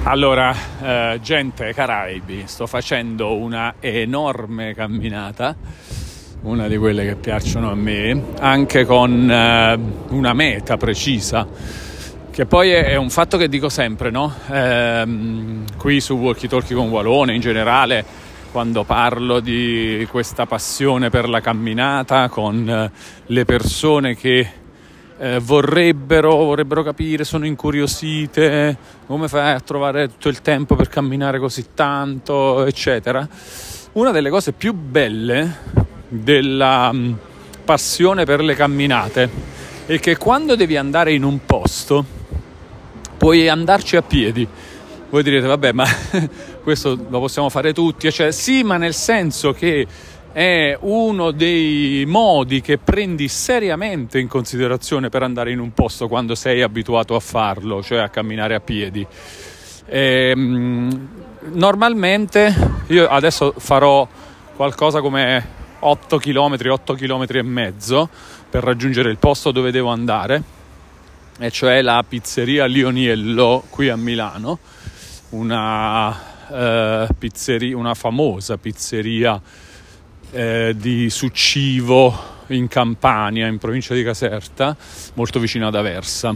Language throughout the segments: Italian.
Allora, gente Caraibi, sto facendo una enorme camminata, una di quelle che piacciono a me, anche con una meta precisa, che poi è un fatto che dico sempre, no? Qui su Walkie Talkie con Walone, in generale, quando parlo di questa passione per la camminata con le persone che vorrebbero capire, sono incuriosite, come fai a trovare tutto il tempo per camminare così tanto, eccetera. Una delle cose più belle della passione per le camminate è che quando devi andare in un posto puoi andarci a piedi. Voi direte, vabbè, ma questo lo possiamo fare tutti, cioè, sì, ma nel senso che è uno dei modi che prendi seriamente in considerazione per andare in un posto quando sei abituato a farlo, cioè a camminare a piedi. Normalmente io adesso farò qualcosa come 8 km e mezzo per raggiungere il posto dove devo andare, e cioè la pizzeria Lioniello qui a Milano, una famosa pizzeria di Succivo in Campania, in provincia di Caserta, molto vicino ad Aversa,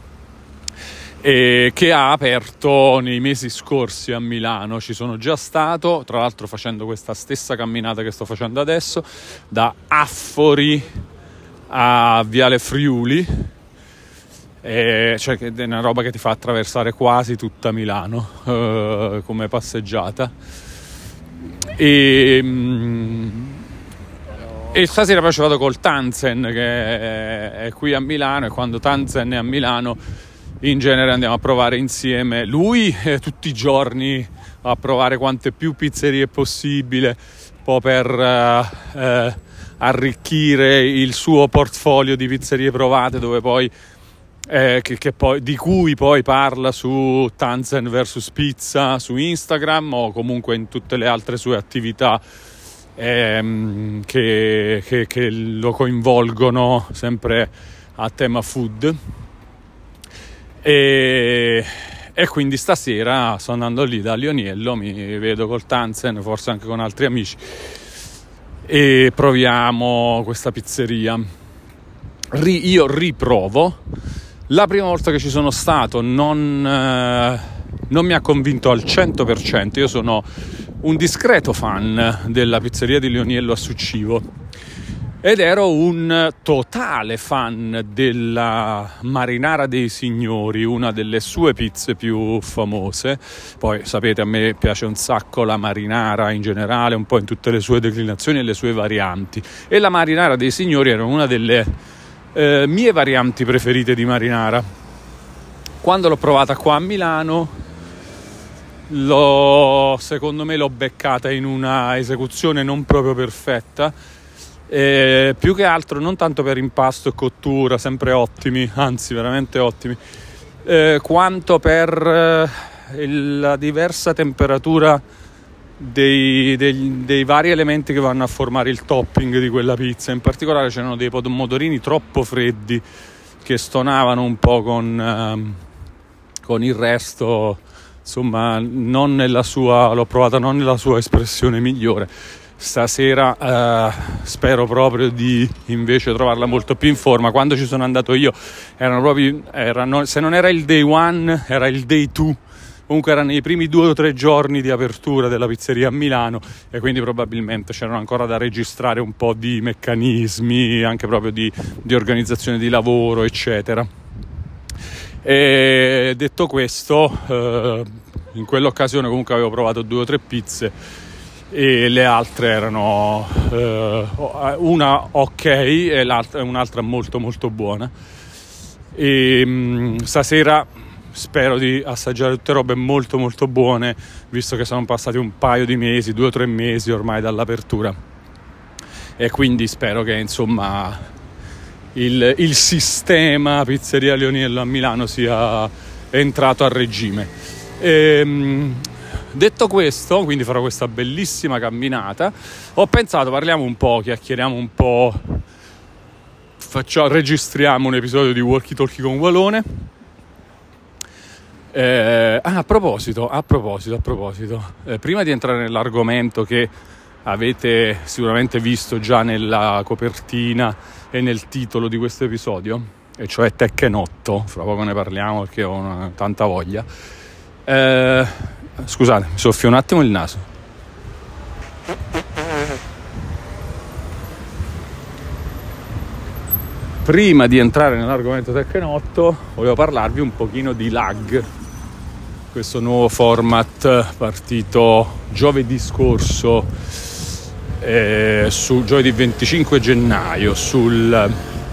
e che ha aperto nei mesi scorsi a Milano. Ci sono già stato, tra l'altro facendo questa stessa camminata che sto facendo adesso, da Affori a Viale Friuli, cioè che è una roba che ti fa attraversare quasi tutta Milano come passeggiata. E stasera poi ci vado col Tanzen, che è qui a Milano, e quando Tanzen è a Milano in genere andiamo a provare insieme, lui tutti i giorni a provare quante più pizzerie possibile, un po' per arricchire il suo portfolio di pizzerie provate, dove poi di cui poi parla su Tanzen vs Pizza su Instagram, o comunque in tutte le altre sue attività che lo coinvolgono sempre a tema food. E quindi stasera sto andando lì da Lioniello, mi vedo col Tanzen, forse anche con altri amici, e proviamo questa pizzeria. Io riprovo. La prima volta che ci sono stato non mi ha convinto al 100%. Io sono un discreto fan della pizzeria di Lioniello a Succivo, ed ero un totale fan della Marinara dei Signori, una delle sue pizze più famose. Poi sapete, a me piace un sacco la marinara in generale, un po' in tutte le sue declinazioni e le sue varianti, e la Marinara dei Signori era una delle mie varianti preferite di marinara. Quando l'ho provata qua a Milano, secondo me l'ho beccata in una esecuzione non proprio perfetta, più che altro non tanto per impasto e cottura, sempre ottimi, anzi veramente ottimi, quanto per la diversa temperatura dei vari elementi che vanno a formare il topping di quella pizza. In particolare c'erano dei pomodorini troppo freddi che stonavano un po' con il resto, insomma, l'ho provata non nella sua espressione migliore. Stasera spero proprio di invece trovarla molto più in forma. Quando ci sono andato io erano, se non era il day one, era il day two. Comunque era nei primi 2 o 3 giorni di apertura della pizzeria a Milano, e quindi probabilmente c'erano ancora da registrare un po' di meccanismi, anche proprio di organizzazione di lavoro, eccetera. E detto questo, in quell'occasione comunque avevo provato 2 o 3 pizze, e le altre erano una ok e un'altra molto molto buona. E stasera spero di assaggiare tutte robe molto molto buone, visto che sono passati un paio di mesi, 2 o 3 mesi ormai dall'apertura, e quindi spero che insomma il sistema pizzeria Lioniello a Milano sia entrato a regime. Detto questo, quindi farò questa bellissima camminata, ho pensato parliamo un po', chiacchieriamo un po', registriamo un episodio di Walkie Talkie con Walone. A proposito, prima di entrare nell'argomento che avete sicuramente visto già nella copertina e nel titolo di questo episodio, e cioè Tekken 8, fra poco ne parliamo perché ho tanta voglia. Scusate, mi soffio un attimo il naso. Prima di entrare nell'argomento Tekken 8 volevo parlarvi un pochino di lag, questo nuovo format partito giovedì scorso, su giovedì 25 gennaio sul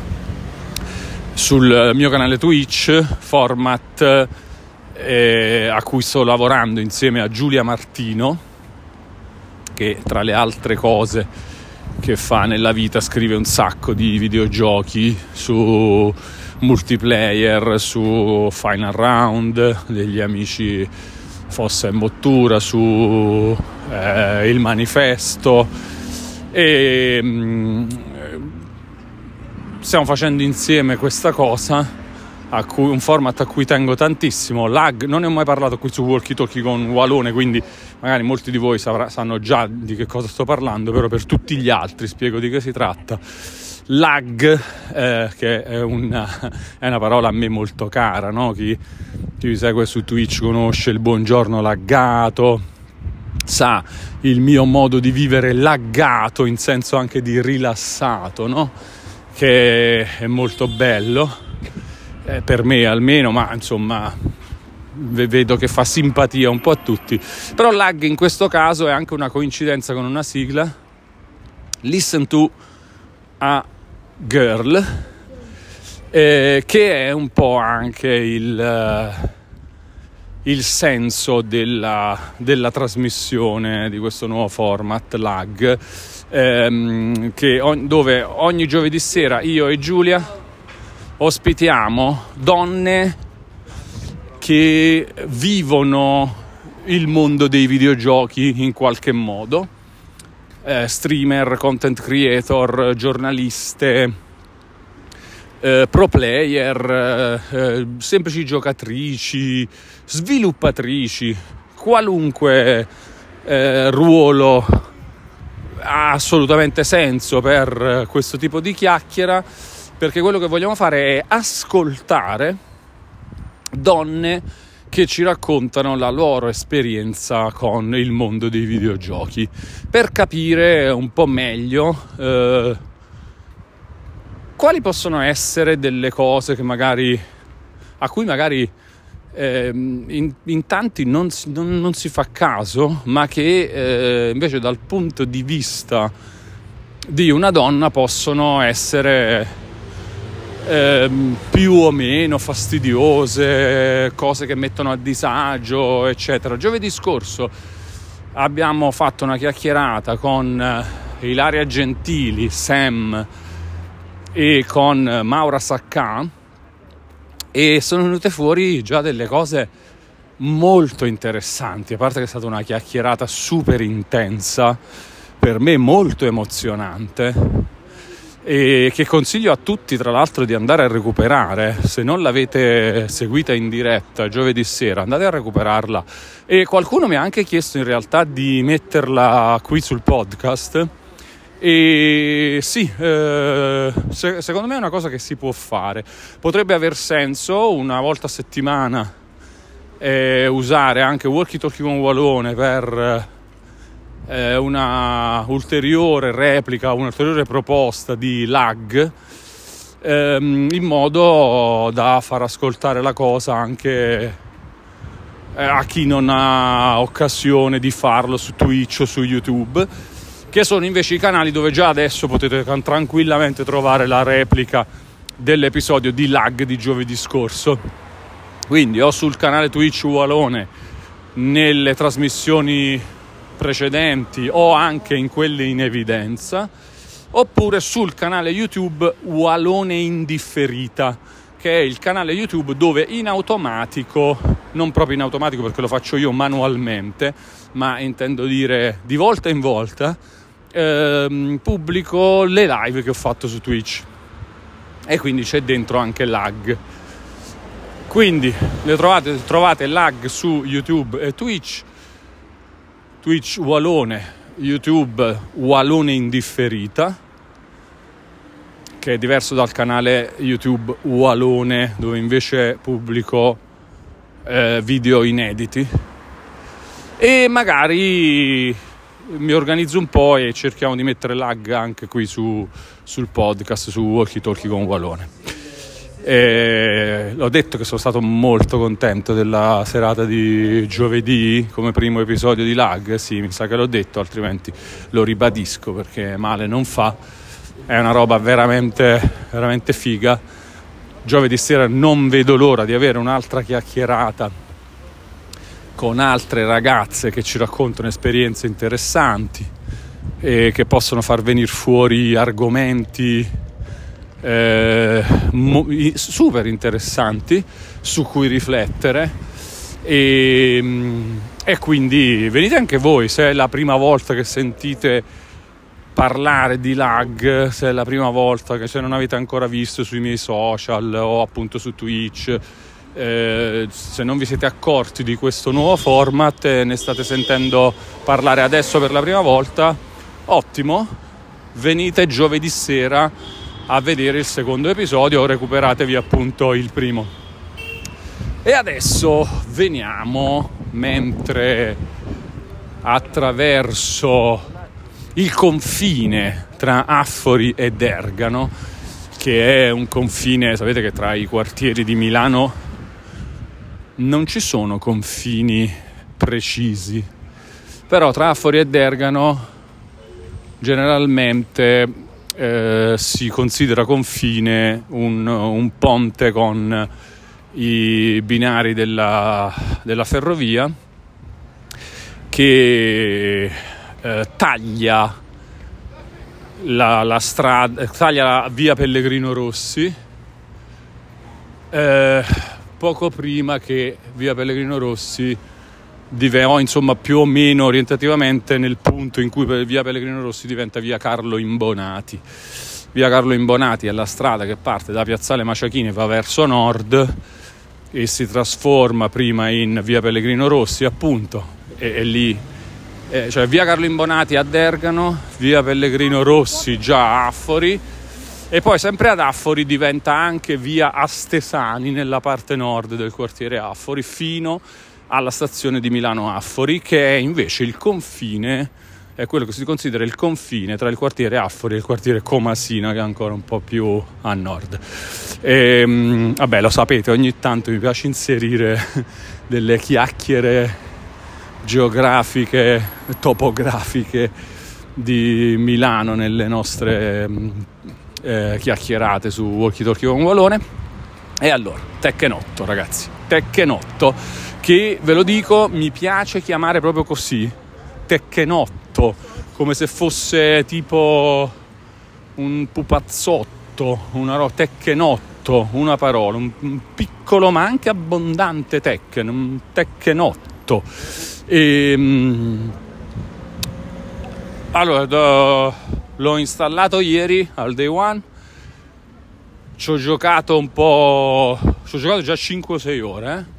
mio canale Twitch, format a cui sto lavorando insieme a Giulia Martino, che tra le altre cose che fa nella vita scrive un sacco di videogiochi su multiplayer, su Final Round degli amici Fossa e Mottura, su Il Manifesto, e stiamo facendo insieme questa cosa, un format a cui tengo tantissimo. Lag, non ne ho mai parlato qui su Walkie Talkie con Walone, quindi magari molti di voi sanno già di che cosa sto parlando, però per tutti gli altri spiego di che si tratta. Lag, che è una parola a me molto cara, no? Chi mi segue su Twitch conosce il buongiorno laggato, sa il mio modo di vivere laggato in senso anche di rilassato, no? Che è molto bello, per me almeno, ma insomma vedo che fa simpatia un po' a tutti. Però lag in questo caso è anche una coincidenza con una sigla, Listen to a Girl, che è un po' anche il senso della trasmissione di questo nuovo format lag, dove ogni giovedì sera io e Giulia ospitiamo donne che vivono il mondo dei videogiochi in qualche modo, streamer, content creator, giornaliste, pro player, semplici giocatrici, sviluppatrici, qualunque ruolo ha assolutamente senso per questo tipo di chiacchiera, perché quello che vogliamo fare è ascoltare donne che ci raccontano la loro esperienza con il mondo dei videogiochi, per capire un po' meglio quali possono essere delle cose che a cui magari in tanti non si fa caso, ma che invece dal punto di vista di una donna possono essere più o meno fastidiose, cose che mettono a disagio, eccetera. Giovedì scorso abbiamo fatto una chiacchierata con Ilaria Gentili, Sam, e con Maura Saccà, e sono venute fuori già delle cose molto interessanti, a parte che è stata una chiacchierata super intensa, per me molto emozionante, e che consiglio a tutti tra l'altro di andare a recuperare. Se non l'avete seguita in diretta giovedì sera, andate a recuperarla, e qualcuno mi ha anche chiesto in realtà di metterla qui sul podcast, e sì, secondo me è una cosa che si può fare, potrebbe aver senso una volta a settimana usare anche Walkie Talkie con Walone per una ulteriore replica, un'ulteriore proposta di lag, in modo da far ascoltare la cosa anche a chi non ha occasione di farlo su Twitch o su YouTube, che sono invece i canali dove già adesso potete tranquillamente trovare la replica dell'episodio di lag di giovedì scorso. Quindi o sul canale Twitch Walone nelle trasmissioni precedenti o anche in quelle in evidenza, oppure sul canale YouTube Walone Indifferita, che è il canale YouTube dove in automatico, non proprio in automatico perché lo faccio io manualmente, ma intendo dire di volta in volta, pubblico le live che ho fatto su Twitch, e quindi c'è dentro anche lag. Quindi trovate lag su YouTube e Twitch Walone, YouTube Walone in differita, che è diverso dal canale YouTube Walone, dove invece pubblico video inediti, e magari mi organizzo un po' e cerchiamo di mettere lag anche qui sul podcast, su Walkie Talkie con Walone. L'ho detto che sono stato molto contento della serata di giovedì come primo episodio di lag. Sì, mi sa che l'ho detto, altrimenti lo ribadisco perché male non fa. È una roba veramente veramente figa. Giovedì sera non vedo l'ora di avere un'altra chiacchierata con altre ragazze che ci raccontano esperienze interessanti e che possono far venire fuori argomenti super interessanti su cui riflettere, e quindi venite anche voi se è la prima volta che sentite parlare di lag, se è la prima volta che se non avete ancora visto sui miei social o appunto su Twitch, se non vi siete accorti di questo nuovo format e ne state sentendo parlare adesso per la prima volta, ottimo, venite giovedì sera a vedere il secondo episodio o recuperatevi appunto il primo. E adesso veniamo, mentre attraverso il confine tra Affori e Dergano, che è un confine, sapete che tra i quartieri di Milano non ci sono confini precisi, però tra Affori e Dergano generalmente si considera confine un ponte con i binari della ferrovia che taglia la strada, taglia la via Pellegrino Rossi poco prima che via Pellegrino Rossi insomma più o meno orientativamente nel punto in cui via Pellegrino Rossi diventa via Carlo Imbonati. Via Carlo Imbonati è la strada che parte da Piazzale Maciachini e va verso nord e si trasforma prima in via Pellegrino Rossi appunto, e lì cioè via Carlo Imbonati a Dergano, via Pellegrino Rossi già a Affori, e poi sempre ad Affori diventa anche via Astesani nella parte nord del quartiere Affori fino alla stazione di Milano Affori, che è invece il confine, è quello che si considera il confine tra il quartiere Affori e il quartiere Comasina, che è ancora un po' più a nord. Vabbè, lo sapete, ogni tanto mi piace inserire delle chiacchiere geografiche, topografiche di Milano nelle nostre chiacchierate su Walkie Talkie con Walone. E allora, Teckenotto, ragazzi, Teckenotto, che ve lo dico, mi piace chiamare proprio così, Teckenotto, come se fosse tipo un pupazzotto, Teckenotto, una parola, un piccolo ma anche abbondante un Teckenotto. Allora, l'ho installato ieri al day one, ci ho giocato già 5-6 ore,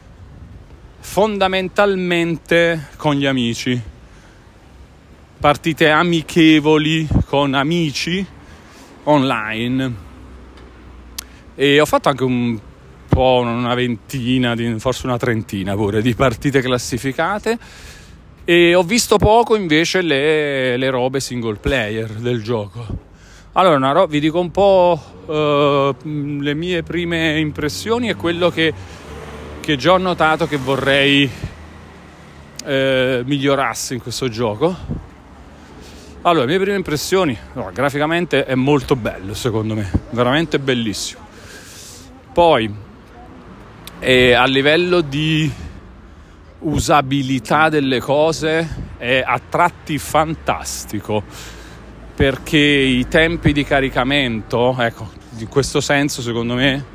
fondamentalmente con gli amici, partite amichevoli con amici online, e ho fatto anche un po', una ventina, forse una trentina pure, di partite classificate, e ho visto poco invece le robe single player del gioco. Allora, vi dico un po' le mie prime impressioni e quello che già ho notato che vorrei migliorasse in questo gioco. Allora, le mie prime impressioni, graficamente è molto bello, secondo me, veramente bellissimo. Poi a livello di usabilità delle cose è a tratti fantastico, perché i tempi di caricamento, ecco, in questo senso secondo me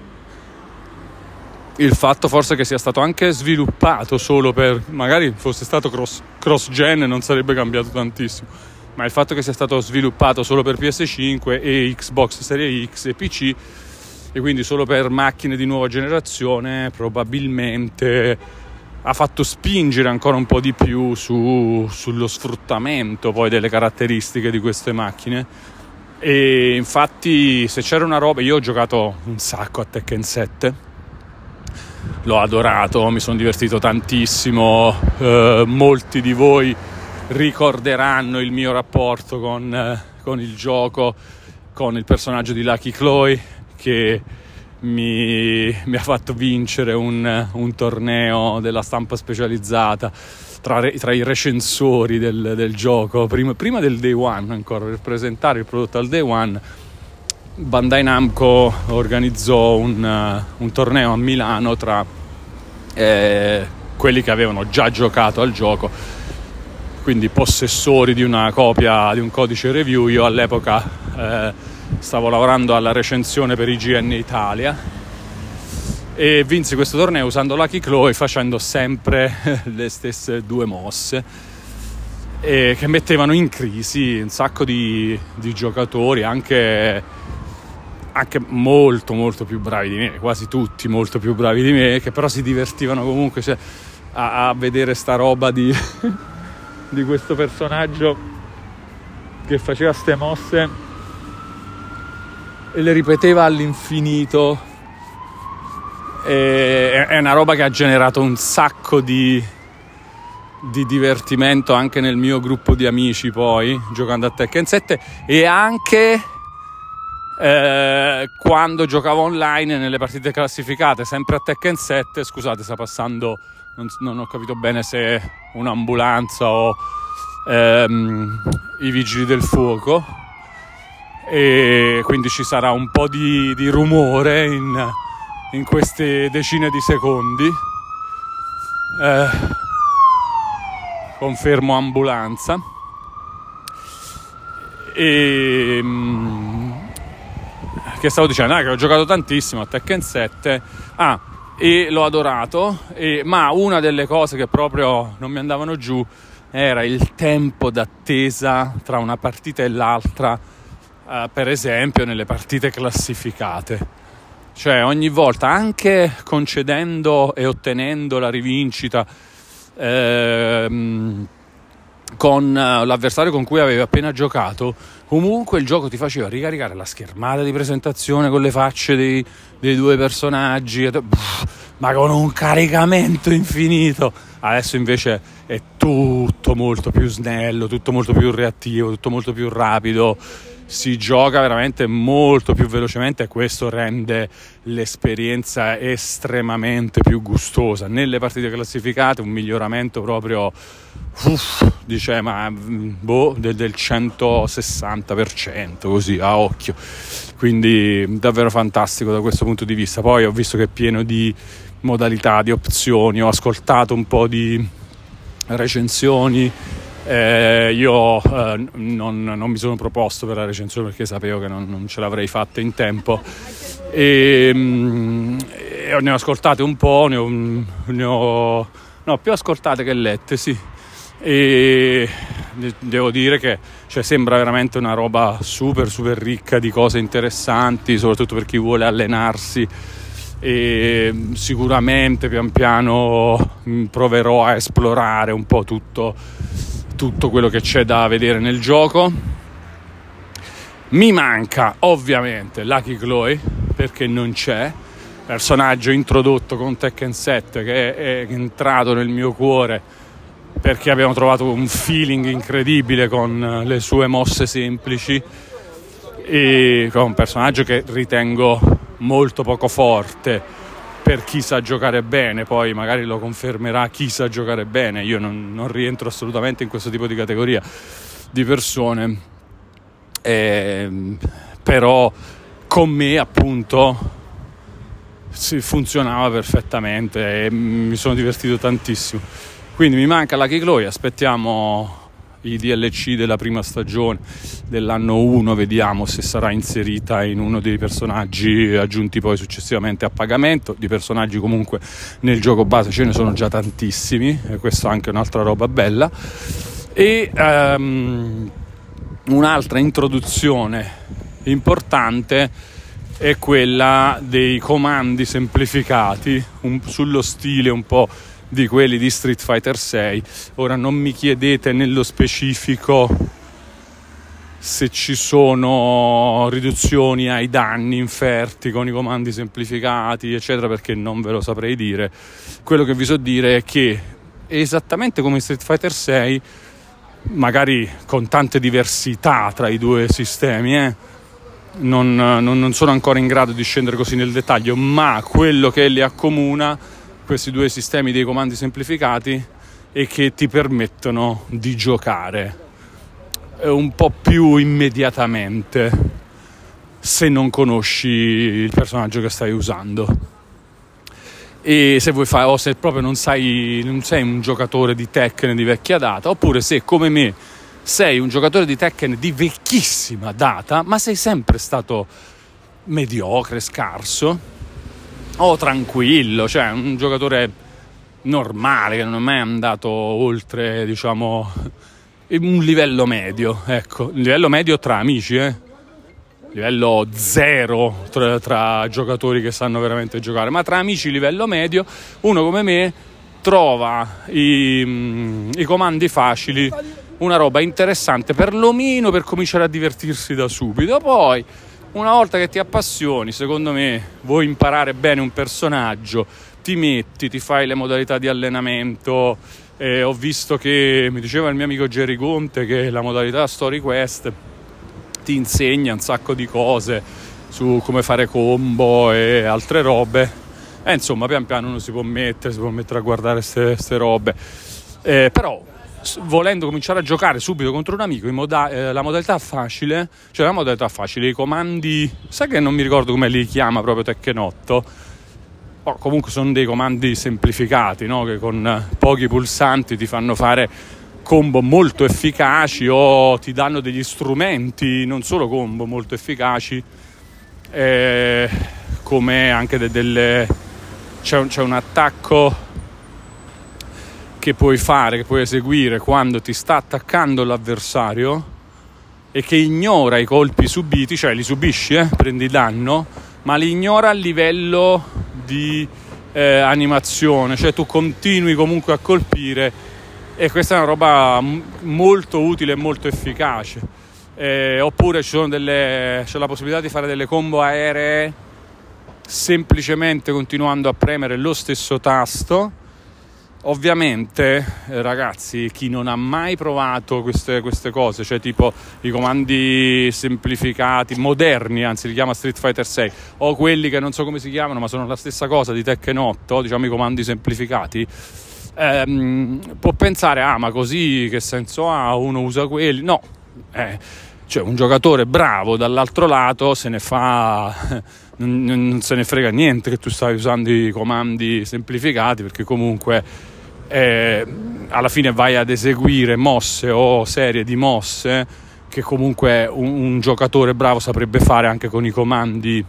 il fatto forse che sia stato anche sviluppato solo per, magari fosse stato cross-gen non sarebbe cambiato tantissimo, ma il fatto che sia stato sviluppato solo per PS5 e Xbox Series X e PC e quindi solo per macchine di nuova generazione probabilmente ha fatto spingere ancora un po' di più sullo sfruttamento poi delle caratteristiche di queste macchine. E infatti, se c'era una roba, io ho giocato un sacco a Tekken 7, l'ho adorato, mi sono divertito tantissimo, molti di voi ricorderanno il mio rapporto con il gioco, con il personaggio di Lucky Chloe, che mi ha fatto vincere un torneo della stampa specializzata tra i recensori del gioco prima del Day One, ancora per presentare il prodotto al Day One. Bandai Namco organizzò un torneo a Milano tra quelli che avevano già giocato al gioco, quindi possessori di una copia di un codice review. Io all'epoca stavo lavorando alla recensione per IGN Italia e vinsi questo torneo usando Lucky Chloe, facendo sempre le stesse due mosse, che mettevano in crisi un sacco di giocatori, anche molto molto più bravi di me, quasi tutti molto più bravi di me, che però si divertivano comunque, cioè, a vedere sta roba di questo personaggio che faceva ste mosse e le ripeteva all'infinito. È una roba che ha generato un sacco di divertimento anche nel mio gruppo di amici, poi giocando a Tekken 7, e anche quando giocavo online nelle partite classificate sempre a Tekken 7. Scusate, sta passando, non ho capito bene se un'ambulanza o i vigili del fuoco, e quindi ci sarà un po' di rumore in queste decine di secondi. Confermo ambulanza. E che stavo dicendo? Che ho giocato tantissimo a Tekken 7 e l'ho adorato, ma una delle cose che proprio non mi andavano giù era il tempo d'attesa tra una partita e l'altra, per esempio nelle partite classificate. Cioè ogni volta, anche concedendo e ottenendo la rivincita con l'avversario con cui avevi appena giocato, comunque il gioco ti faceva ricaricare la schermata di presentazione con le facce dei due personaggi, ma con un caricamento infinito. Adesso invece è tutto molto più snello, tutto molto più reattivo, tutto molto più rapido, si gioca veramente molto più velocemente, e questo rende l'esperienza estremamente più gustosa. Nelle partite classificate un miglioramento proprio del 160%, così a occhio, quindi davvero fantastico da questo punto di vista. Poi ho visto che è pieno di modalità, di opzioni, ho ascoltato un po' di recensioni. Io non mi sono proposto per la recensione perché sapevo che non ce l'avrei fatta in tempo, e ne ho ascoltate un po', più ascoltate che lette, sì, e devo dire che sembra veramente una roba super super ricca di cose interessanti, soprattutto per chi vuole allenarsi, e sicuramente pian piano proverò a esplorare un po' tutto quello che c'è da vedere nel gioco. Mi manca ovviamente Lucky Chloe, perché non c'è, personaggio introdotto con Tekken 7 che è entrato nel mio cuore perché abbiamo trovato un feeling incredibile con le sue mosse semplici, e con un personaggio che ritengo molto poco forte per chi sa giocare bene. Poi magari lo confermerà chi sa giocare bene, io non rientro assolutamente in questo tipo di categoria di persone, però con me appunto funzionava perfettamente e mi sono divertito tantissimo. Quindi mi manca Lucky Chloe, aspettiamo i DLC della prima stagione dell'anno 1, vediamo se sarà inserita in uno dei personaggi aggiunti poi successivamente a pagamento. Di personaggi comunque nel gioco base ce ne sono già tantissimi, e questa è anche un'altra roba bella. E un'altra introduzione importante è quella dei comandi semplificati, sullo stile un po' di quelli di Street Fighter 6. Ora non mi chiedete nello specifico se ci sono riduzioni ai danni inferti con i comandi semplificati, eccetera, perché non ve lo saprei dire. Quello che vi so dire è che esattamente come in Street Fighter 6, magari con tante diversità tra i due sistemi, non sono ancora in grado di scendere così nel dettaglio, ma quello che li accomuna, questi due sistemi dei comandi semplificati, è che ti permettono di giocare un po' più immediatamente se non conosci il personaggio che stai usando, e se vuoi fare, o se proprio non sei un giocatore di Tekken di vecchia data, oppure se come me sei un giocatore di Tekken di vecchissima data ma sei sempre stato mediocre, scarso o tranquillo, cioè un giocatore normale che non è mai andato oltre, diciamo, un livello medio, ecco, un livello medio tra amici, livello zero tra giocatori che sanno veramente giocare, ma tra amici livello medio, uno come me trova i comandi facili una roba interessante, perlomeno per cominciare a divertirsi da subito. Poi una volta che ti appassioni, secondo me, vuoi imparare bene un personaggio, ti fai le modalità di allenamento. Ho visto che mi diceva il mio amico Jerry Conte che la modalità Story Quest ti insegna un sacco di cose su come fare combo e altre robe, insomma pian piano uno si può mettere a guardare queste robe, però volendo cominciare a giocare subito contro un amico la modalità facile, i comandi, sai che non mi ricordo come li chiama proprio Tekken 8, comunque sono dei comandi semplificati, no? Che con pochi pulsanti ti fanno fare combo molto efficaci o ti danno degli strumenti, non solo combo, molto efficaci, come anche c'è un attacco che puoi eseguire quando ti sta attaccando l'avversario e che ignora i colpi subiti, cioè li subisci, prendi danno, ma li ignora a livello di animazione, cioè tu continui comunque a colpire, e questa è una roba molto utile e molto efficace. Oppure c'è la possibilità di fare delle combo aeree semplicemente continuando a premere lo stesso tasto. Ovviamente, ragazzi, chi non ha mai provato queste cose, cioè tipo i comandi semplificati, moderni, anzi li chiama Street Fighter 6, o quelli che non so come si chiamano ma sono la stessa cosa di Tekken 8, diciamo i comandi semplificati, può pensare, ma così che senso ha, uno usa quelli? No, cioè un giocatore bravo dall'altro lato se ne fa... non se ne frega niente che tu stai usando i comandi semplificati, perché comunque alla fine vai ad eseguire mosse o serie di mosse che comunque un giocatore bravo saprebbe fare anche con i comandi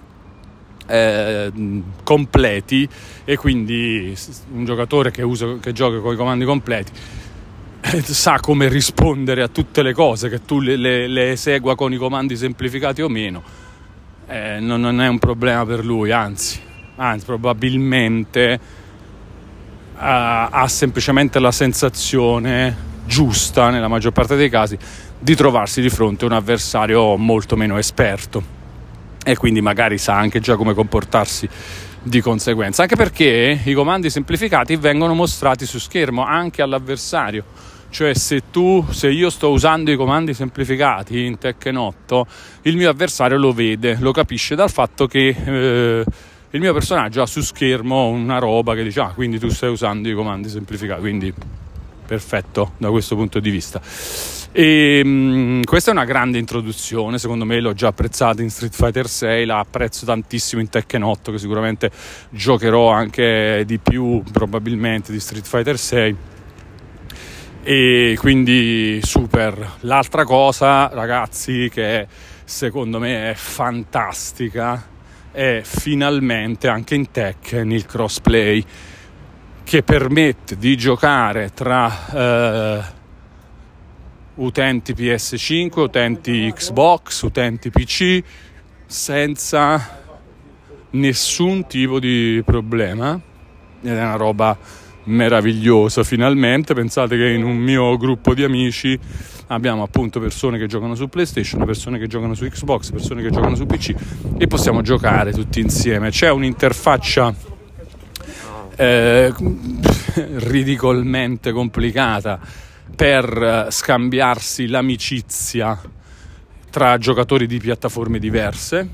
completi, e quindi un giocatore che gioca con i comandi completi sa come rispondere a tutte le cose, che tu le esegua con i comandi semplificati o meno. Non è un problema per lui, anzi probabilmente ha semplicemente la sensazione giusta, nella maggior parte dei casi, di trovarsi di fronte a un avversario molto meno esperto, e quindi magari sa anche già come comportarsi di conseguenza, anche perché i comandi semplificati vengono mostrati su schermo anche all'avversario. Cioè se io sto usando i comandi semplificati in Tekken 8, il mio avversario lo vede, lo capisce dal fatto che il mio personaggio ha su schermo una roba che dice quindi tu stai usando i comandi semplificati, quindi perfetto da questo punto di vista. E questa è una grande introduzione, secondo me l'ho già apprezzata in Street Fighter 6, la apprezzo tantissimo in Tekken 8, che sicuramente giocherò anche di più probabilmente di Street Fighter 6. E quindi super. L'altra cosa, ragazzi, che secondo me è fantastica, è finalmente anche in Tekken il crossplay, che permette di giocare tra utenti PS5, utenti Xbox, utenti PC, senza nessun tipo di problema, ed è una roba meravigliosa. Finalmente, pensate che in un mio gruppo di amici abbiamo appunto persone che giocano su PlayStation, persone che giocano su Xbox, persone che giocano su PC, e possiamo giocare tutti insieme. C'è un'interfaccia ridicolmente complicata per scambiarsi l'amicizia tra giocatori di piattaforme diverse,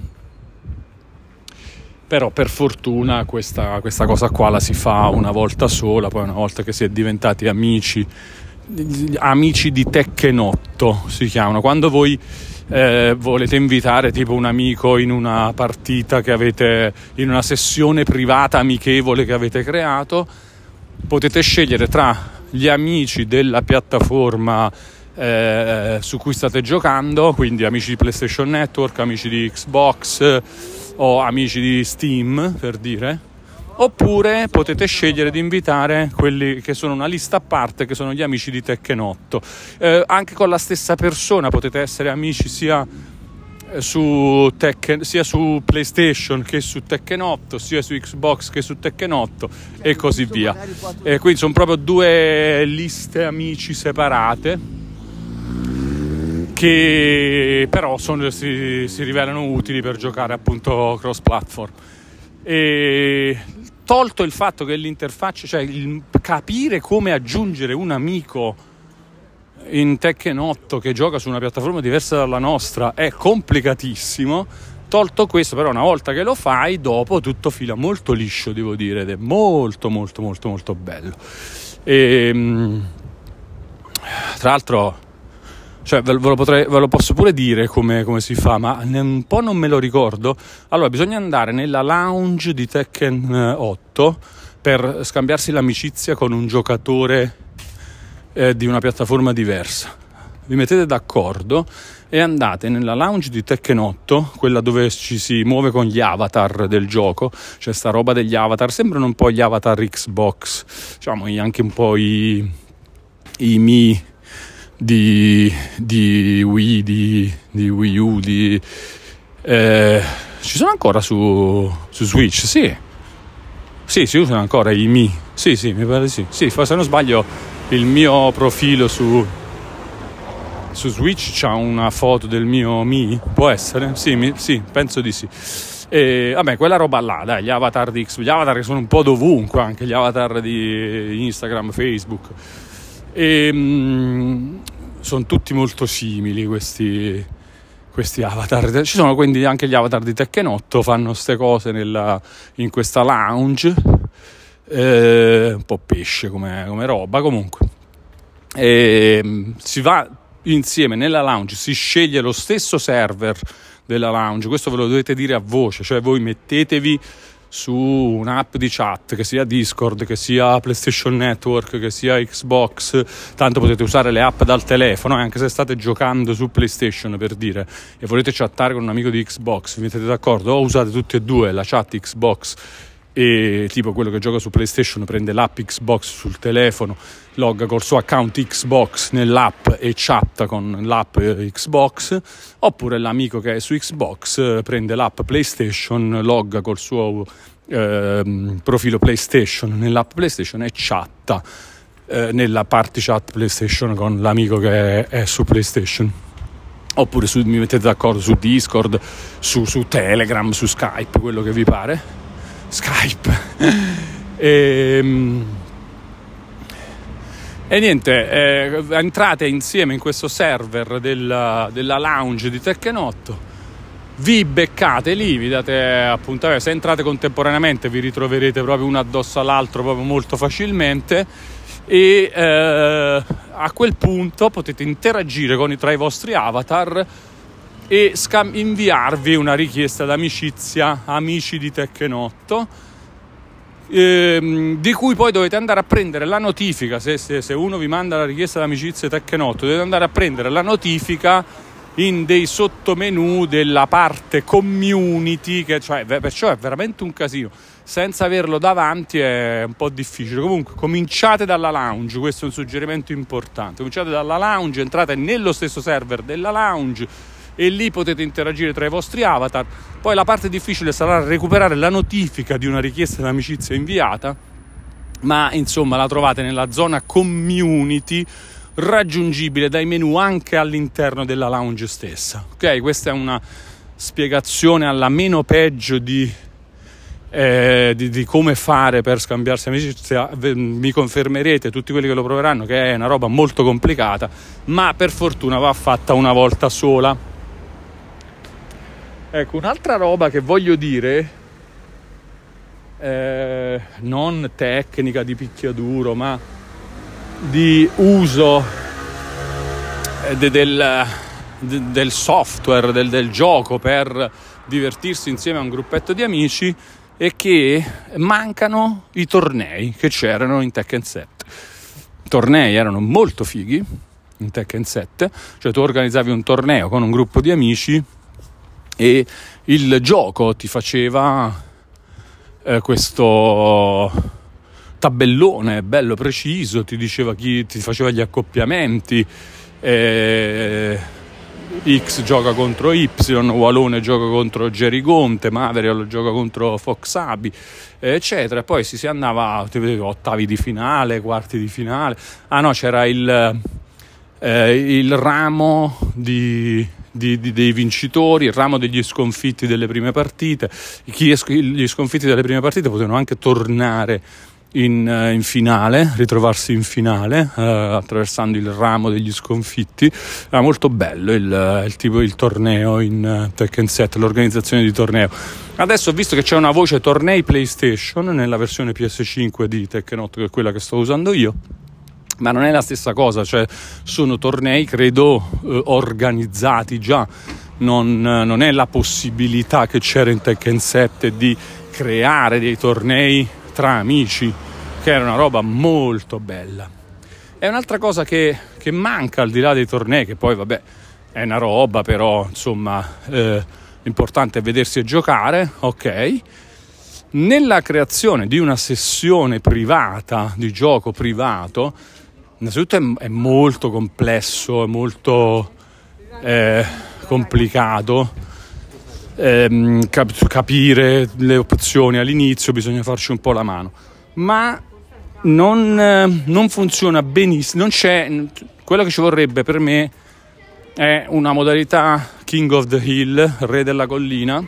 però per fortuna questa cosa qua la si fa una volta sola. Poi una volta che si è diventati amici di Tekken 8 si chiamano, quando voi volete invitare tipo un amico in una partita che avete, in una sessione privata amichevole che avete creato, potete scegliere tra gli amici della piattaforma su cui state giocando, quindi amici di PlayStation Network, amici di Xbox o amici di Steam, per dire, oppure potete scegliere di invitare quelli che sono una lista a parte, che sono gli amici di Tekken 8. Anche con la stessa persona potete essere amici sia su PlayStation che su Tekken 8, sia su Xbox che su Tekken 8, e così via. Quindi sono proprio due liste amici separate, che però si rivelano utili per giocare appunto cross platform. E tolto il fatto che l'interfaccia, cioè il capire come aggiungere un amico in Tekken 8 che gioca su una piattaforma diversa dalla nostra è complicatissimo, tolto questo, però una volta che lo fai, dopo tutto fila molto liscio, devo dire, ed è molto molto molto molto bello. E tra l'altro, cioè ve lo posso pure dire come si fa, ma un po' non me lo ricordo. Allora, bisogna andare nella lounge di Tekken 8 per scambiarsi l'amicizia con un giocatore di una piattaforma diversa. Vi mettete d'accordo e andate nella lounge di Tekken 8, quella dove ci si muove con gli avatar del gioco. Cioè sta roba degli avatar, sembrano un po' gli avatar Xbox, diciamo anche un po' i Mi di Wii, di Wii U, ci sono ancora su Switch? Sì, si usano ancora i Mi. Sì, mi pare sì, se non sbaglio il mio profilo su Switch c'ha una foto del mio Mi, può essere? Sì, penso di sì. E vabbè, quella roba là, dai, gli avatar di Xbox, gli avatar che sono un po' dovunque, anche gli avatar di Instagram, Facebook. Sono tutti molto simili questi avatar. Ci sono quindi anche gli avatar di Tekken 8, fanno ste cose in questa lounge, un po' pesce come roba. Comunque si va insieme nella lounge, si sceglie lo stesso server della lounge. Questo ve lo dovete dire a voce, cioè voi mettetevi su un'app di chat, che sia Discord, che sia PlayStation Network, che sia Xbox, tanto potete usare le app dal telefono, anche se state giocando su PlayStation, per dire, e volete chattare con un amico di Xbox, vi mettete d'accordo, o usate tutti e due la chat Xbox, e tipo quello che gioca su PlayStation prende l'app Xbox sul telefono, logga col suo account Xbox nell'app e chatta con l'app Xbox, oppure l'amico che è su Xbox prende l'app PlayStation, logga col suo profilo PlayStation nell'app PlayStation e chatta nella party chat PlayStation con l'amico che è su PlayStation. Oppure mi mettete d'accordo su Discord, su Telegram, su Skype, quello che vi pare. Skype. E niente, entrate insieme in questo server della lounge di Tekken 8, vi beccate lì, vi date appuntamento. Se entrate contemporaneamente vi ritroverete proprio uno addosso all'altro proprio molto facilmente, e a quel punto potete interagire tra i vostri avatar e inviarvi una richiesta d'amicizia, amici di Tekken 8, di cui poi dovete andare a prendere la notifica. Se uno vi manda la richiesta d'amicizia Tekken 8, dovete andare a prendere la notifica in dei sottomenu della parte community, perciò è veramente un casino. Senza averlo davanti è un po' difficile. Comunque cominciate dalla lounge, questo è un suggerimento importante. Cominciate dalla lounge, entrate nello stesso server della lounge e lì potete interagire tra i vostri avatar. Poi la parte difficile sarà recuperare la notifica di una richiesta d'amicizia inviata, ma insomma la trovate nella zona community, raggiungibile dai menu anche all'interno della lounge stessa. Ok, questa è una spiegazione alla meno peggio di come fare per scambiarsi amicizia. Mi confermerete, tutti quelli che lo proveranno, che è una roba molto complicata, ma per fortuna va fatta una volta sola. Ecco, un'altra roba che voglio dire, non tecnica di picchiaduro, ma di uso del software, del gioco per divertirsi insieme a un gruppetto di amici, è che mancano i tornei che c'erano in Tekken 7. I tornei erano molto fighi in Tekken 7, cioè tu organizzavi un torneo con un gruppo di amici e il gioco ti faceva questo tabellone bello preciso, ti diceva chi ti faceva gli accoppiamenti, X gioca contro Y, Walone gioca contro Gerigonte, Maverick gioca contro Fox Abi, eccetera. Poi si andava a ottavi di finale, quarti di finale. C'era il ramo dei vincitori, il ramo degli sconfitti delle prime partite. Gli sconfitti delle prime partite potevano anche tornare in finale, ritrovarsi in finale attraversando il ramo degli sconfitti. Era molto bello il torneo in Tekken 7, l'organizzazione di torneo. Adesso ho visto che c'è una voce tornei PlayStation nella versione PS5 di Tekken 8, che è quella che sto usando io, ma non è la stessa cosa, cioè sono tornei credo organizzati già, non è la possibilità che c'era in Tekken 7 di creare dei tornei tra amici, che era una roba molto bella. È un'altra cosa che manca al di là dei tornei, che poi vabbè è una roba, però insomma l'importante è vedersi e giocare, ok? Nella creazione di una sessione privata, di gioco privato, innanzitutto è molto complesso, è molto complicato capire le opzioni all'inizio, bisogna farci un po' la mano, ma non funziona benissimo. Non c'è quello che ci vorrebbe per me, è una modalità King of the Hill, re della collina,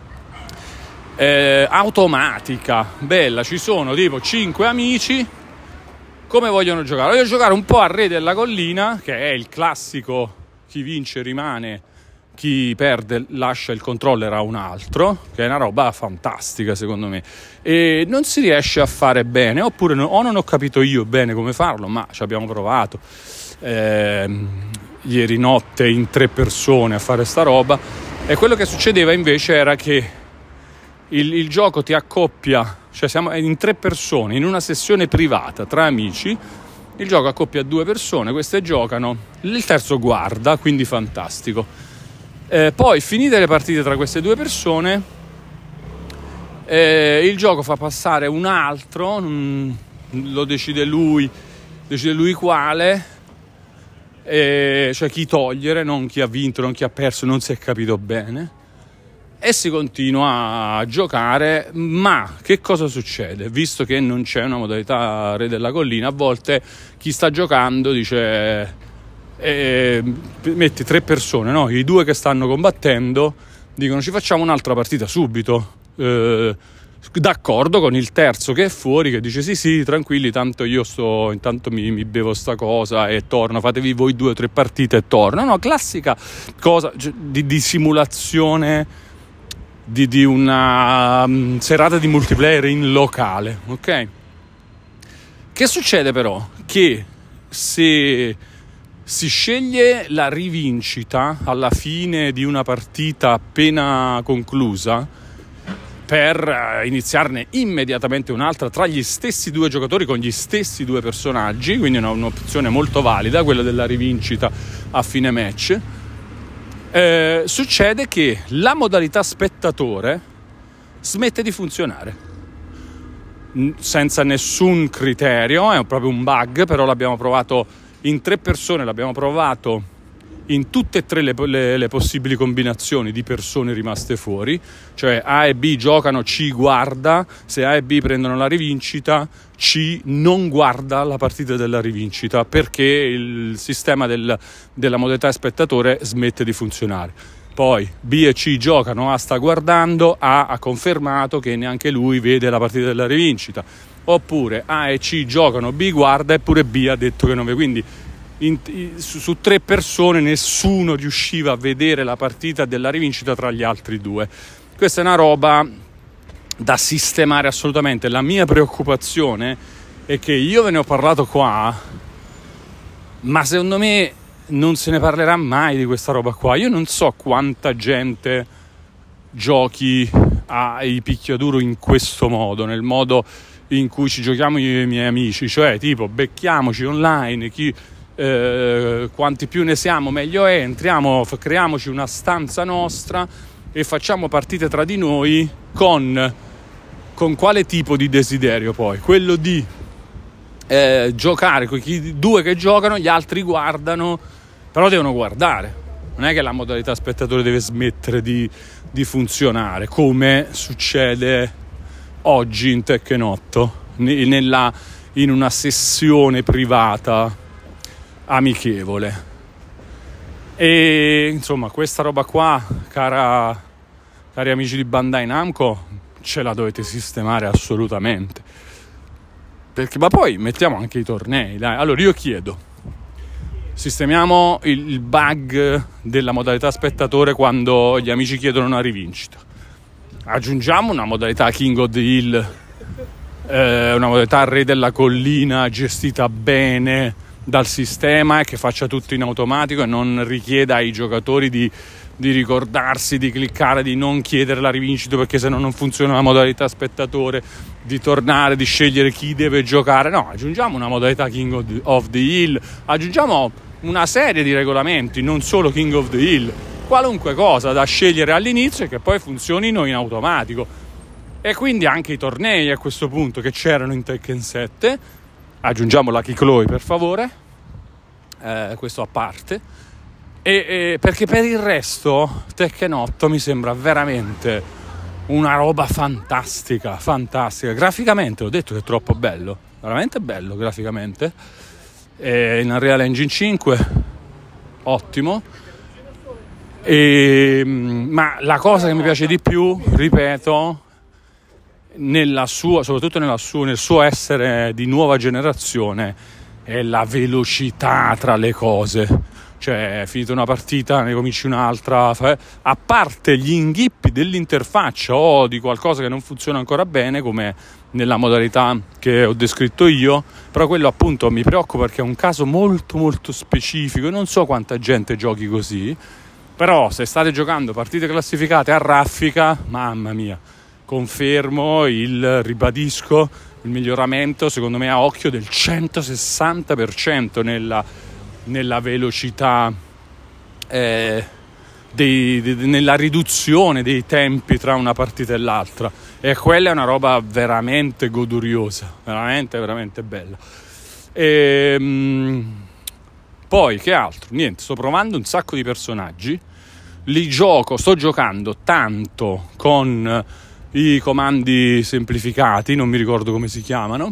automatica, bella. Ci sono tipo 5 amici, come vogliono giocare? Voglio giocare un po' a re della collina, che è il classico chi vince rimane, chi perde lascia il controller a un altro, che è una roba fantastica secondo me, e non si riesce a fare bene, oppure o non ho capito io bene come farlo, ma ci abbiamo provato ieri notte in 3 persone a fare sta roba, e quello che succedeva invece era che il gioco ti accoppia, cioè siamo in 3 persone in una sessione privata tra amici, il gioco accoppia 2 persone, queste giocano, il terzo guarda, quindi fantastico. Poi finite le partite tra queste 2 persone, il gioco fa passare un altro, lo decide lui quale, cioè chi togliere, non chi ha vinto, non chi ha perso, non si è capito bene, e si continua a giocare. Ma che cosa succede? Visto che non c'è una modalità re della collina, a volte chi sta giocando dice metti 3 persone, no? I 2 che stanno combattendo dicono ci facciamo un'altra partita subito, d'accordo con il terzo che è fuori, che dice sì tranquilli, tanto io intanto mi bevo sta cosa e torno, fatevi voi 2 o 3 partite e torno. No, classica cosa di simulazione di una serata di multiplayer in locale, ok? Che succede però? Che se si sceglie la rivincita alla fine di una partita appena conclusa per iniziarne immediatamente un'altra tra gli stessi 2 giocatori con gli stessi 2 personaggi, quindi un'opzione molto valida quella della rivincita a fine match, succede che la modalità spettatore smette di funzionare senza nessun criterio, è proprio un bug, però l'abbiamo provato in 3 persone, l'abbiamo provato in tutte e tre le possibili combinazioni di persone rimaste fuori, cioè A e B giocano, C guarda, se A e B prendono la rivincita, C non guarda la partita della rivincita perché il sistema della modalità spettatore smette di funzionare. Poi B e C giocano, A sta guardando, A ha confermato che neanche lui vede la partita della rivincita, oppure A e C giocano, B guarda, eppure B ha detto che non vede. Quindi su tre persone nessuno riusciva a vedere la partita della rivincita tra gli altri due. Questa è una roba da sistemare assolutamente. La mia preoccupazione è che io ve ne ho parlato qua, ma secondo me non se ne parlerà mai di questa roba qua. Io non so quanta gente giochi ai picchiaduro in questo modo, nel modo in cui ci giochiamo io e i miei amici, cioè tipo becchiamoci online, quanti più ne siamo meglio è, entriamo, creiamoci una stanza nostra e facciamo partite tra di noi con quale tipo di desiderio poi? Quello di giocare con i due che giocano, gli altri guardano, però devono guardare, non è che la modalità spettatore deve smettere di funzionare come succede oggi in Tekken 8 in una sessione privata amichevole. E insomma questa roba qua, cari amici di Bandai Namco, ce la dovete sistemare assolutamente, perché ma poi mettiamo anche i tornei, dai. Allora io chiedo, sistemiamo il bug della modalità spettatore quando gli amici chiedono una rivincita, aggiungiamo una modalità King of the Hill, una modalità Re della Collina gestita bene dal sistema e che faccia tutto in automatico e non richieda ai giocatori di ricordarsi di cliccare, di non chiedere la rivincita perché se no non funziona la modalità spettatore, di tornare, di scegliere chi deve giocare. No, aggiungiamo una modalità King of the Hill, aggiungiamo una serie di regolamenti, non solo King of the Hill, qualunque cosa da scegliere all'inizio e che poi funzionino in automatico. E quindi anche i tornei a questo punto che c'erano in Tekken 7, aggiungiamo la Chloe per favore, questo a parte, e perché per il resto Tekken 8 mi sembra veramente una roba fantastica. Graficamente ho detto che è troppo bello, veramente bello graficamente, in Unreal Engine 5 ottimo, ma la cosa che mi piace di più, ripeto, soprattutto nel suo essere di nuova generazione, è la velocità tra le cose. Cioè, finita una partita, ne cominci un'altra, a parte gli inghippi dell'interfaccia o di qualcosa che non funziona ancora bene, come nella modalità che ho descritto io, però quello appunto mi preoccupa perché è un caso molto molto specifico e non so quanta gente giochi così. Però se state giocando partite classificate a raffica, mamma mia, confermo, ribadisco, il miglioramento secondo me a occhio del 160% nella velocità, nella riduzione dei tempi tra una partita e l'altra, e quella è una roba veramente goduriosa, veramente veramente bella. Poi che altro? Niente, sto provando un sacco di personaggi, sto giocando tanto con i comandi semplificati, non mi ricordo come si chiamano,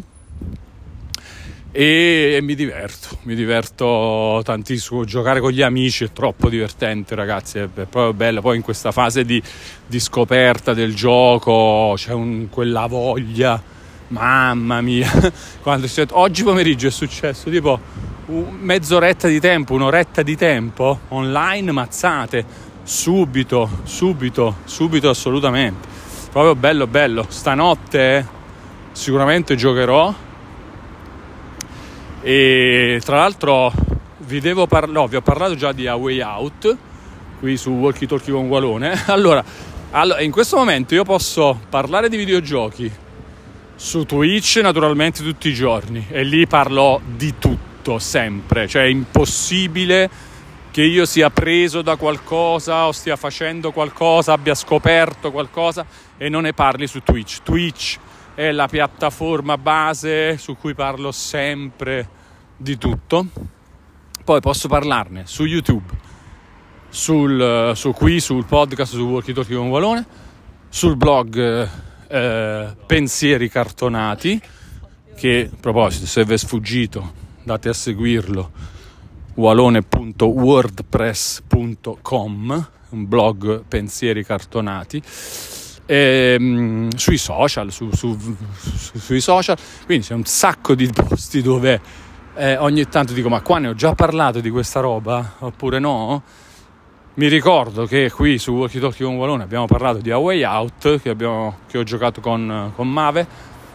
e mi diverto tantissimo. Giocare con gli amici è troppo divertente, ragazzi, è proprio bello. Poi in questa fase di scoperta del gioco c'è quella voglia, mamma mia. Oggi pomeriggio è successo tipo mezz'oretta di tempo, un'oretta di tempo online, mazzate, subito assolutamente, proprio bello. Stanotte sicuramente giocherò. E tra l'altro vi ho parlato già di A Way Out qui su Walkie Talkie con Gualone. Allora, in questo momento io posso parlare di videogiochi su Twitch naturalmente tutti i giorni, e lì parlo di tutto sempre, cioè è impossibile che io sia preso da qualcosa o stia facendo qualcosa, abbia scoperto qualcosa e non ne parli su Twitch. Twitch è la piattaforma base su cui parlo sempre di tutto. Poi posso parlarne su YouTube, sul podcast su Walkie Talkie con Walone, sul blog Pensieri Cartonati, che a proposito, se vi è sfuggito, andate a seguirlo, walone.wordpress.com, un blog Pensieri Cartonati, sui social, sui social, quindi c'è un sacco di posti dove ogni tanto dico: ma qua ne ho già parlato di questa roba oppure no? Mi ricordo che qui su Walkie Talkie con Walone abbiamo parlato di A Way Out, che ho giocato con Mave,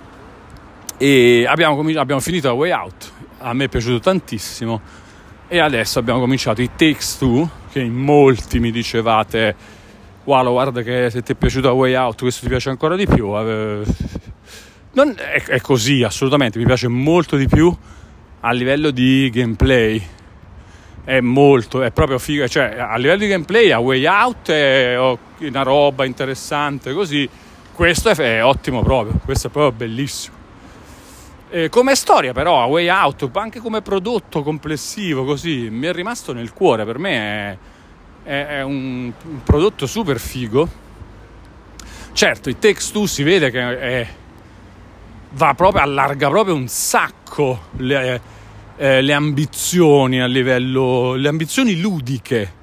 e abbiamo finito A Way Out, a me è piaciuto tantissimo, e adesso abbiamo cominciato It Takes Two, che in molti mi dicevate: wow, guarda che se ti è piaciuto A Way Out questo ti piace ancora di più. Non è così, assolutamente, mi piace molto di più a livello di gameplay, è proprio figo, cioè a livello di gameplay A Way Out è una roba interessante così, questo è ottimo proprio, questo è proprio bellissimo. Come storia però A Way Out, anche come prodotto complessivo così, mi è rimasto nel cuore, per me è un prodotto super figo. Certo, It Takes Two si vede che allarga proprio un sacco le ambizioni a livello, le ambizioni ludiche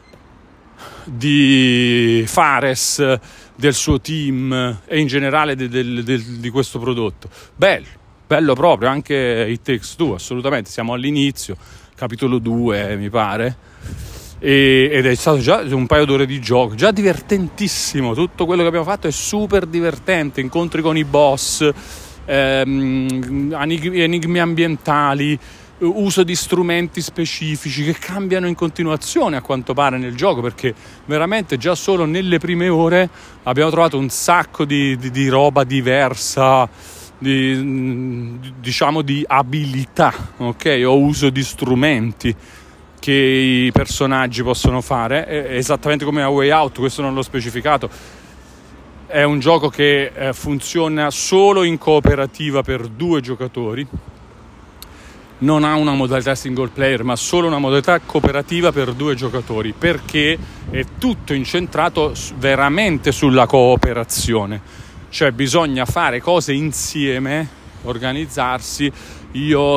di Fares, del suo team e in generale di questo prodotto. Bello proprio, anche It Takes Two, assolutamente. Siamo all'inizio, capitolo 2 mi pare, ed è stato già un paio d'ore di gioco, già divertentissimo. Tutto quello che abbiamo fatto è super divertente, incontri con i boss, enigmi ambientali, uso di strumenti specifici che cambiano in continuazione a quanto pare nel gioco, perché veramente già solo nelle prime ore abbiamo trovato un sacco di roba diversa, diciamo di abilità, ok, o uso di strumenti che i personaggi possono fare, esattamente come A Way Out. Questo non l'ho specificato, è un gioco che funziona solo in cooperativa per 2 giocatori, non ha una modalità single player ma solo una modalità cooperativa per 2 giocatori, perché è tutto incentrato veramente sulla cooperazione. Cioè bisogna fare cose insieme, organizzarsi. Io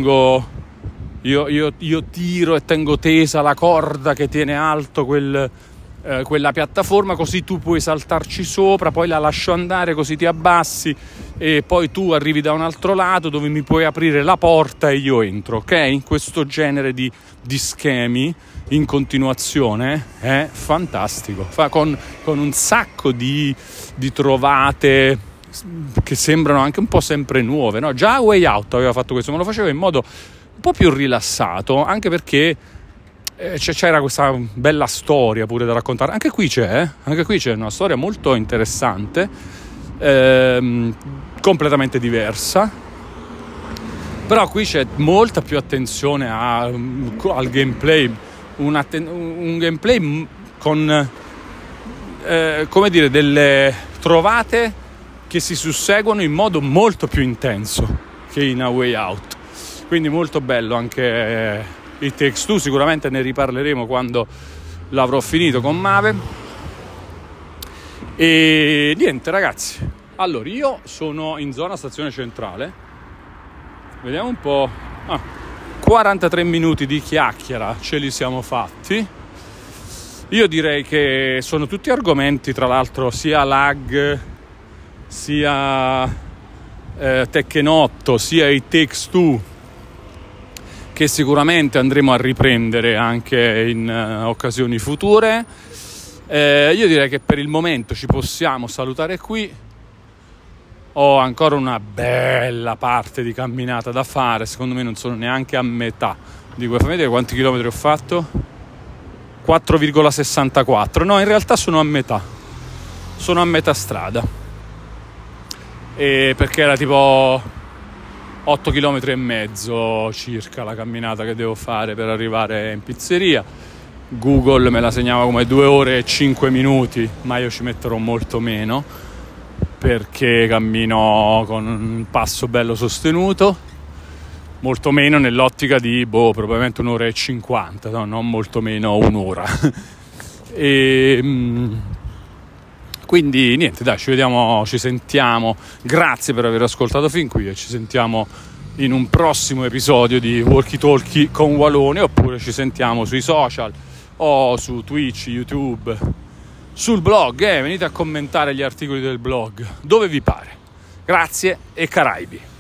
tiro e tengo tesa la corda che tiene alto quella piattaforma, così tu puoi saltarci sopra, poi la lascio andare così ti abbassi e poi tu arrivi da un altro lato dove mi puoi aprire la porta e io entro, ok? Questo genere di schemi in continuazione è fantastico, con un sacco di trovate che sembrano anche un po' sempre nuove, no? Già Way Out aveva fatto questo, ma lo faceva in modo un po' più rilassato, anche perché c'era questa bella storia pure da raccontare. Anche qui c'è una storia molto interessante, completamente diversa, però qui c'è molta più attenzione al gameplay, un gameplay con come dire, delle trovate che si susseguono in modo molto più intenso che in A Way Out, quindi molto bello anche It Takes Two. Sicuramente ne riparleremo quando l'avrò finito con Mave. E niente ragazzi, allora io sono in zona stazione centrale, vediamo un po'. 43 minuti di chiacchiera ce li siamo fatti. Io direi che sono tutti argomenti, tra l'altro, sia lag, sia Tekken 8, sia It Takes Two, che sicuramente andremo a riprendere anche in occasioni future. Io direi che per il momento ci possiamo salutare qui. Ho ancora una bella parte di camminata da fare, secondo me non sono neanche a metà di fammi vedere quanti chilometri ho fatto. 4,64. No, in realtà sono a metà strada, perché era tipo 8 km e mezzo circa la camminata che devo fare per arrivare in pizzeria. Google me la segnava come 2 ore e 5 minuti, ma io ci metterò molto meno perché cammino con un passo bello sostenuto. molto meno nell'ottica di probabilmente 1 ora e 50, no? Non molto meno un'ora. Quindi niente, dai, ci sentiamo, grazie per aver ascoltato fin qui e ci sentiamo in un prossimo episodio di Walkie Talkie con Walone, oppure ci sentiamo sui social o su Twitch, YouTube, sul blog, venite a commentare gli articoli del blog, dove vi pare. Grazie e Caraibi.